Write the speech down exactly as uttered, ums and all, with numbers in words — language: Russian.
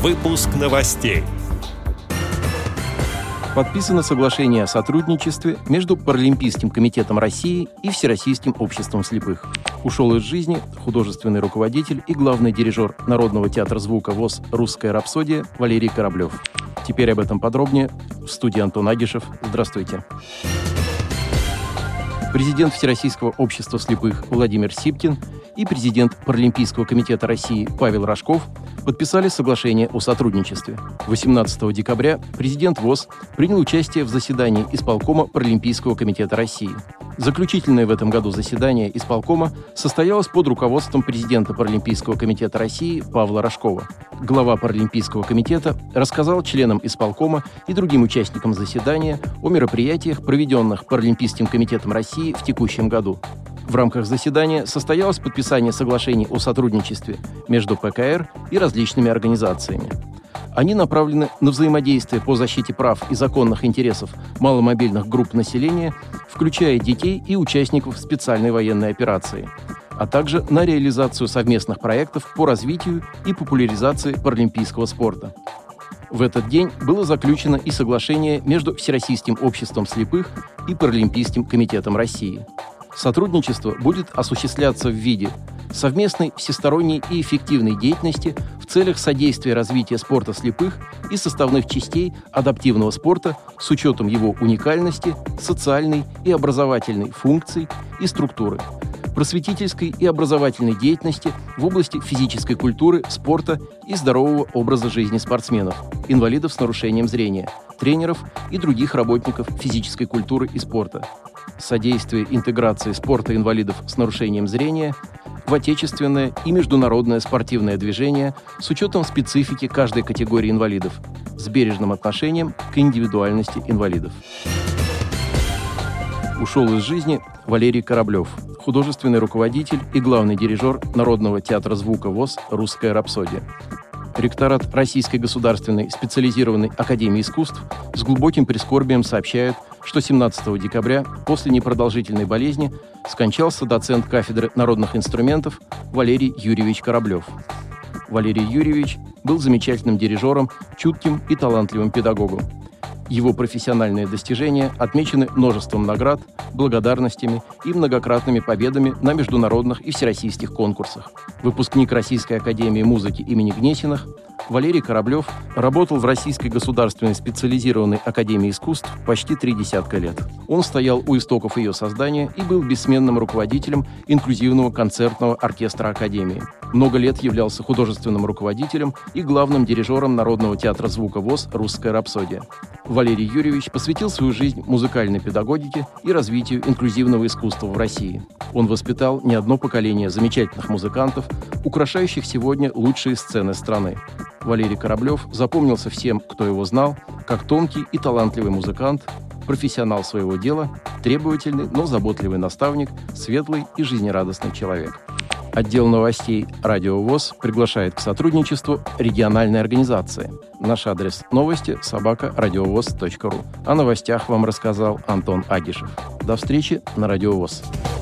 Выпуск новостей. Подписано соглашение о сотрудничестве между Паралимпийским комитетом России и Всероссийским обществом слепых. Ушел из жизни художественный руководитель и главный дирижер Народного театра звука ВОС «Русская рапсодия» Валерий Кораблев. Теперь об этом подробнее. В студии Антон Агишев. Здравствуйте. Президент Всероссийского общества слепых Владимир Сипкин и президент Паралимпийского комитета России Павел Рожков подписали соглашение о сотрудничестве. восемнадцатого декабря президент ВОС принял участие в заседании исполкома Паралимпийского комитета России. Заключительное в этом году заседание исполкома состоялось под руководством президента Паралимпийского комитета России Павла Рожкова. Глава Паралимпийского комитета рассказал членам исполкома и другим участникам заседания о мероприятиях, проведенных Паралимпийским комитетом России в текущем году. В рамках заседания состоялось подписание соглашений о сотрудничестве между ПКР и различными организациями. Они направлены на взаимодействие по защите прав и законных интересов маломобильных групп населения, включая детей и участников специальной военной операции, а также на реализацию совместных проектов по развитию и популяризации паралимпийского спорта. В этот день было заключено и соглашение между Всероссийским обществом слепых и Паралимпийским комитетом России. Сотрудничество будет осуществляться в виде совместной всесторонней и эффективной деятельности в целях содействия развития спорта слепых и составных частей адаптивного спорта с учетом его уникальности, социальной и образовательной функций и структуры, просветительской и образовательной деятельности в области физической культуры, спорта и здорового образа жизни спортсменов, инвалидов с нарушением зрения, тренеров и других работников физической культуры и спорта, содействие интеграции спорта инвалидов с нарушением зрения в отечественное и международное спортивное движение с учетом специфики каждой категории инвалидов, с бережным отношением к индивидуальности инвалидов. Ушел из жизни Валерий Кораблев, художественный руководитель и главный дирижер Народного театра звука ВОС «Русская рапсодия». Ректорат Российской государственной специализированной академии искусств с глубоким прискорбием сообщает, что семнадцатого декабря после непродолжительной болезни скончался доцент кафедры народных инструментов Валерий Юрьевич Кораблев. Валерий Юрьевич был замечательным дирижером, чутким и талантливым педагогом. Его профессиональные достижения отмечены множеством наград, благодарностями и многократными победами на международных и всероссийских конкурсах. Выпускник Российской академии музыки имени Гнесиных, Валерий Кораблев работал в Российской государственной специализированной академии искусств почти три десятка лет. Он стоял у истоков ее создания и был бессменным руководителем инклюзивного концертного оркестра Академии. Много лет являлся художественным руководителем и главным дирижером Народного театра звука ВОС «Русская рапсодия». Валерий Юрьевич посвятил свою жизнь музыкальной педагогике и развитию инклюзивного искусства в России. Он воспитал не одно поколение замечательных музыкантов, украшающих сегодня лучшие сцены страны. Валерий Кораблев запомнился всем, кто его знал, как тонкий и талантливый музыкант, профессионал своего дела, требовательный, но заботливый наставник, светлый и жизнерадостный человек. Отдел новостей «Радио ВОС» приглашает к сотрудничеству региональной организации. Наш адрес новости – собака радиовоз точка ру. О новостях вам рассказал Антон Агишев. До встречи на Радио ВОС.